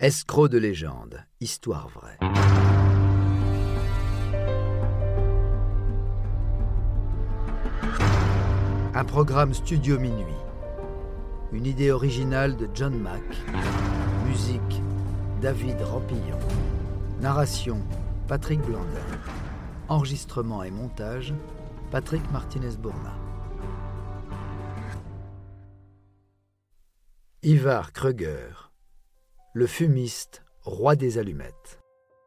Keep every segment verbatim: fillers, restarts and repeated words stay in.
Escroc de légende, histoire vraie. Un programme Studio Minuit. Une idée originale de John Mack. Musique, David Rampillon. Narration, Patrick Blandin. Enregistrement et montage, Patrick Martinez-Bourna. Ivar Kreuger, le fumiste, roi des allumettes.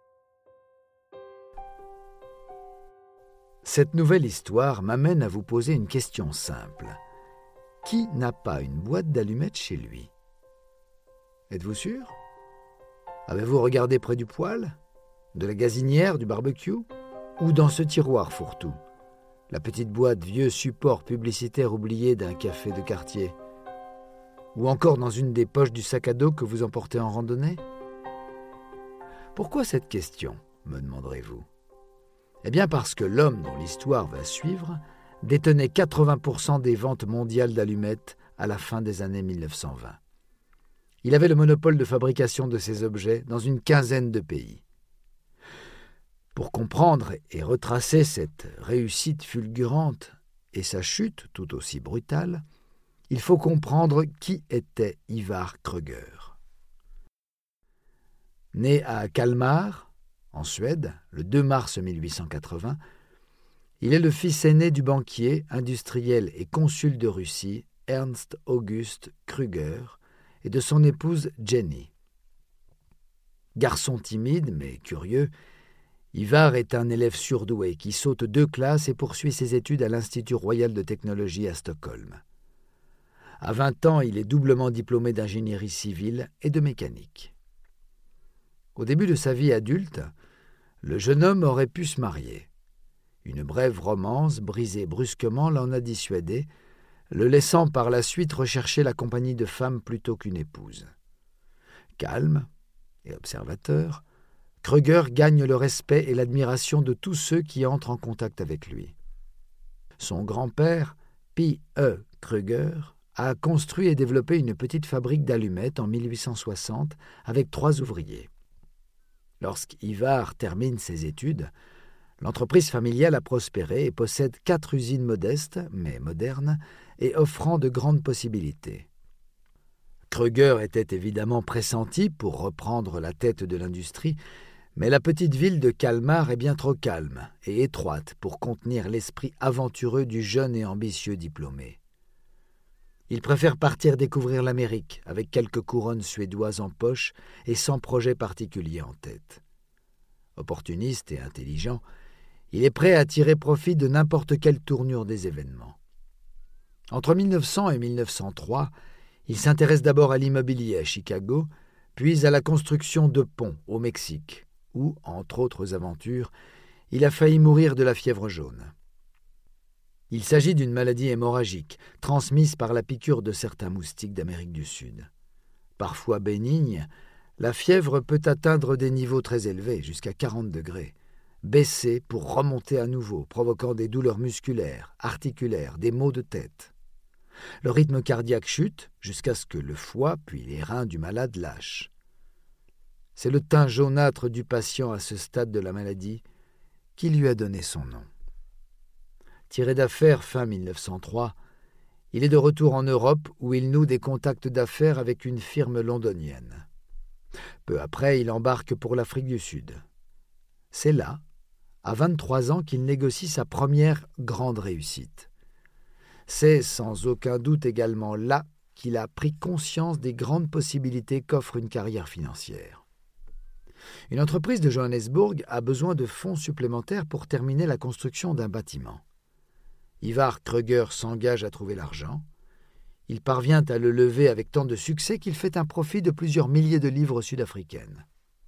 Cette nouvelle histoire m'amène à vous poser une question simple. Qui n'a pas une boîte d'allumettes chez lui? Êtes-vous sûr? Avez-vous regardé près du poêle, de la gazinière, du barbecue, ou dans ce tiroir fourre-tout, la petite boîte vieux support publicitaire oublié d'un café de quartier, ou encore dans une des poches du sac à dos que vous emportez en randonnée? Pourquoi cette question, me demanderez-vous? Eh bien parce que l'homme dont l'histoire va suivre détenait quatre-vingts pour cent des ventes mondiales d'allumettes à la fin des années mille neuf cent vingt. Il avait le monopole de fabrication de ces objets dans une quinzaine de pays. Pour comprendre et retracer cette réussite fulgurante et sa chute tout aussi brutale, il faut comprendre qui était Ivar Kreuger. Né à Kalmar, en Suède, le deux mars mille huit cent quatre-vingts, il est le fils aîné du banquier, industriel et consul de Russie Ernst August Kreuger et de son épouse Jenny. Garçon timide mais curieux, Ivar est un élève surdoué qui saute deux classes et poursuit ses études à l'Institut royal de technologie à Stockholm. À vingt ans, il est doublement diplômé d'ingénierie civile et de mécanique. Au début de sa vie adulte, le jeune homme aurait pu se marier. Une brève romance, brisée brusquement, l'en a dissuadé, le laissant par la suite rechercher la compagnie de femmes plutôt qu'une épouse. Calme et observateur, Kreuger gagne le respect et l'admiration de tous ceux qui entrent en contact avec lui. Son grand-père, P E Kreuger, a construit et développé une petite fabrique d'allumettes en mille huit cent soixante avec trois ouvriers. Lorsqu'Ivar termine ses études, l'entreprise familiale a prospéré et possède quatre usines modestes, mais modernes, et offrant de grandes possibilités. Kreuger était évidemment pressenti pour reprendre la tête de l'industrie, mais la petite ville de Kalmar est bien trop calme et étroite pour contenir l'esprit aventureux du jeune et ambitieux diplômé. Il préfère partir découvrir l'Amérique avec quelques couronnes suédoises en poche et sans projet particulier en tête. Opportuniste et intelligent, il est prêt à tirer profit de n'importe quelle tournure des événements. Entre mille neuf cents et mille neuf cent trois, il s'intéresse d'abord à l'immobilier à Chicago, puis à la construction de ponts au Mexique, où, entre autres aventures, il a failli mourir de la fièvre jaune. Il s'agit d'une maladie hémorragique, transmise par la piqûre de certains moustiques d'Amérique du Sud. Parfois bénigne, la fièvre peut atteindre des niveaux très élevés, jusqu'à quarante degrés, baisser pour remonter à nouveau, provoquant des douleurs musculaires, articulaires, des maux de tête. Le rythme cardiaque chute jusqu'à ce que le foie puis les reins du malade lâchent. C'est le teint jaunâtre du patient à ce stade de la maladie qui lui a donné son nom. Tiré d'affaires fin mille neuf cent trois, il est de retour en Europe où il noue des contacts d'affaires avec une firme londonienne. Peu après, il embarque pour l'Afrique du Sud. C'est là, à vingt-trois ans, qu'il négocie sa première grande réussite. C'est sans aucun doute également là qu'il a pris conscience des grandes possibilités qu'offre une carrière financière. Une entreprise de Johannesburg a besoin de fonds supplémentaires pour terminer la construction d'un bâtiment. Ivar Kreuger s'engage à trouver l'argent. Il parvient à le lever avec tant de succès qu'il fait un profit de plusieurs milliers de livres sud-africaines.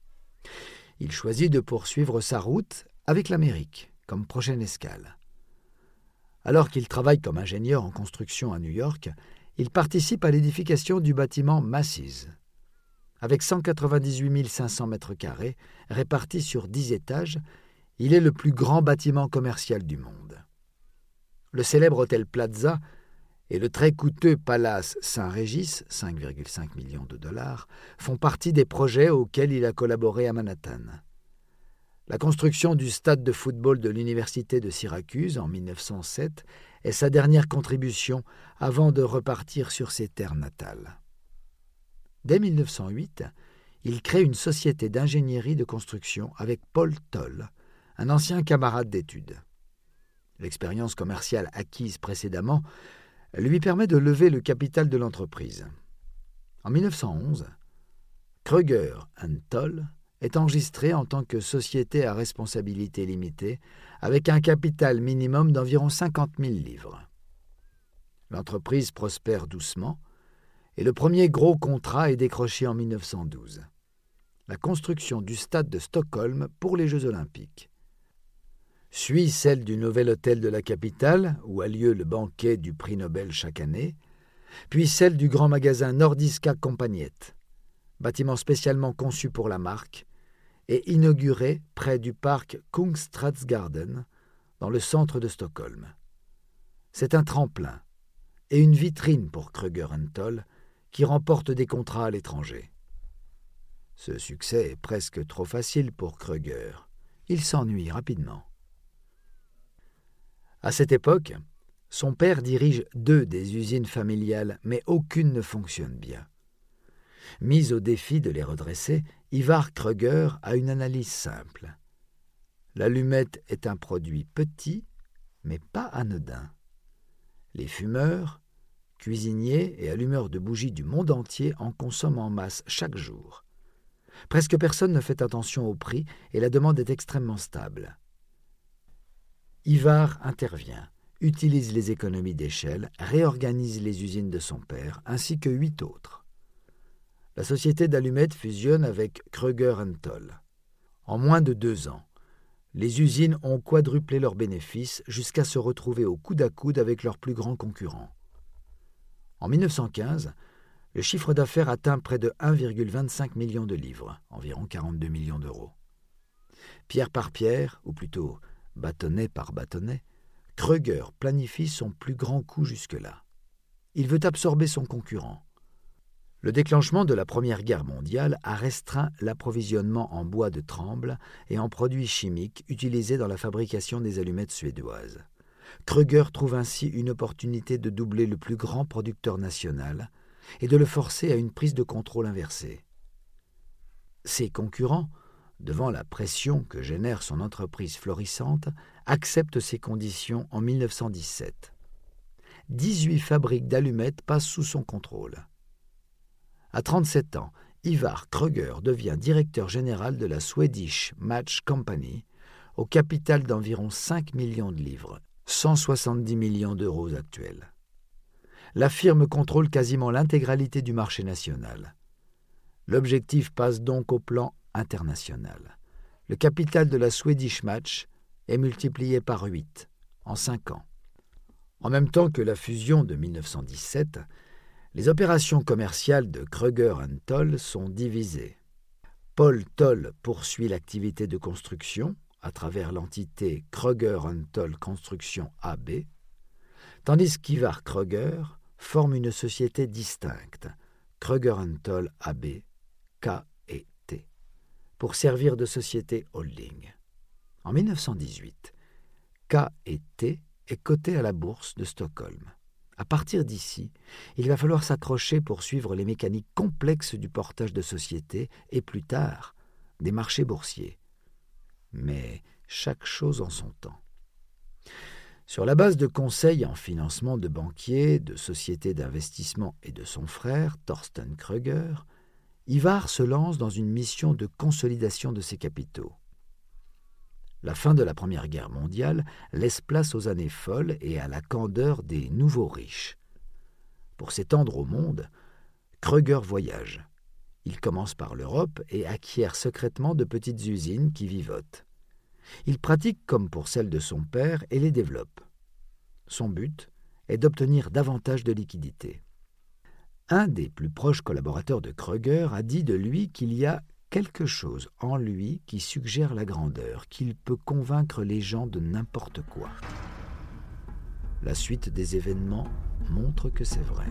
Il choisit de poursuivre sa route avec l'Amérique comme prochaine escale. Alors qu'il travaille comme ingénieur en construction à New York, il participe à l'édification du bâtiment Macy's. Avec cent quatre-vingt-dix-huit mille cinq cents mètres carrés répartis sur dix étages, il est le plus grand bâtiment commercial du monde. Le célèbre hôtel Plaza et le très coûteux Palace Saint-Régis, cinq virgule cinq millions de dollars, font partie des projets auxquels il a collaboré à Manhattan. La construction du stade de football de l'Université de Syracuse en mille neuf cent sept est sa dernière contribution avant de repartir sur ses terres natales. Dès mille neuf cent huit, il crée une société d'ingénierie de construction avec Paul Toll, un ancien camarade d'études. L'expérience commerciale acquise précédemment lui permet de lever le capital de l'entreprise. En mille neuf cent onze, Kruger and Toll est enregistré en tant que société à responsabilité limitée avec un capital minimum d'environ cinquante mille livres. L'entreprise prospère doucement et le premier gros contrat est décroché en mille neuf cent douze. La construction du stade de Stockholm pour les Jeux olympiques. Suit celle du nouvel hôtel de la capitale, où a lieu le banquet du prix Nobel chaque année, puis celle du grand magasin Nordiska Kompaniet, bâtiment spécialement conçu pour la marque, et inauguré près du parc Kungsträdgården, dans le centre de Stockholm. C'est un tremplin et une vitrine pour Kruger and Toll, qui remporte des contrats à l'étranger. Ce succès est presque trop facile pour Kruger. Il s'ennuie rapidement. À cette époque, son père dirige deux des usines familiales, mais aucune ne fonctionne bien. Mis au défi de les redresser, Ivar Kruger a une analyse simple. L'allumette est un produit petit, mais pas anodin. Les fumeurs, cuisiniers et allumeurs de bougies du monde entier en consomment en masse chaque jour. Presque personne ne fait attention au prix et la demande est extrêmement stable. Ivar intervient, utilise les économies d'échelle, réorganise les usines de son père, ainsi que huit autres. La société d'allumettes fusionne avec Kruger and Toll. En moins de deux ans, les usines ont quadruplé leurs bénéfices jusqu'à se retrouver au coude à coude avec leurs plus grands concurrents. En mille neuf cent quinze, le chiffre d'affaires atteint près de un virgule vingt-cinq million de livres, environ quarante-deux millions d'euros. Pierre par pierre, ou plutôt bâtonnet par bâtonnet, Kruger planifie son plus grand coup jusque-là. Il veut absorber son concurrent. Le déclenchement de la Première Guerre mondiale a restreint l'approvisionnement en bois de tremble et en produits chimiques utilisés dans la fabrication des allumettes suédoises. Kruger trouve ainsi une opportunité de doubler le plus grand producteur national et de le forcer à une prise de contrôle inversée. Ses concurrents, devant la pression que génère son entreprise florissante, acceptent ces conditions en mille neuf cent dix-sept. dix-huit fabriques d'allumettes passent sous son contrôle. À trente-sept ans, Ivar Kruger devient directeur général de la Swedish Match Company, au capital d'environ cinq millions de livres, cent soixante-dix millions d'euros actuels. La firme contrôle quasiment l'intégralité du marché national. L'objectif passe donc au plan international. Le capital de la Swedish Match est multiplié par huit en cinq ans. En même temps que la fusion de mille neuf cent dix-sept, les opérations commerciales de Kruger and Toll sont divisées. Paul Toll poursuit l'activité de construction à travers l'entité Kruger and Toll Construction A B, tandis qu'Ivar Kruger forme une société distincte, Kruger and Toll A B, K et T, pour servir de société holding. En mille neuf cent dix-huit, K et T est coté à la bourse de Stockholm. À partir d'ici, il va falloir s'accrocher pour suivre les mécaniques complexes du portage de sociétés et plus tard, des marchés boursiers. Mais chaque chose en son temps. Sur la base de conseils en financement de banquiers, de sociétés d'investissement et de son frère, Thorsten Kruger, Ivar se lance dans une mission de consolidation de ses capitaux. La fin de la Première Guerre mondiale laisse place aux années folles et à la candeur des nouveaux riches. Pour s'étendre au monde, Kruger voyage. Il commence par l'Europe et acquiert secrètement de petites usines qui vivotent. Il pratique comme pour celles de son père et les développe. Son but est d'obtenir davantage de liquidités. Un des plus proches collaborateurs de Kruger a dit de lui qu'il y a quelque chose en lui qui suggère la grandeur, qu'il peut convaincre les gens de n'importe quoi. La suite des événements montre que c'est vrai.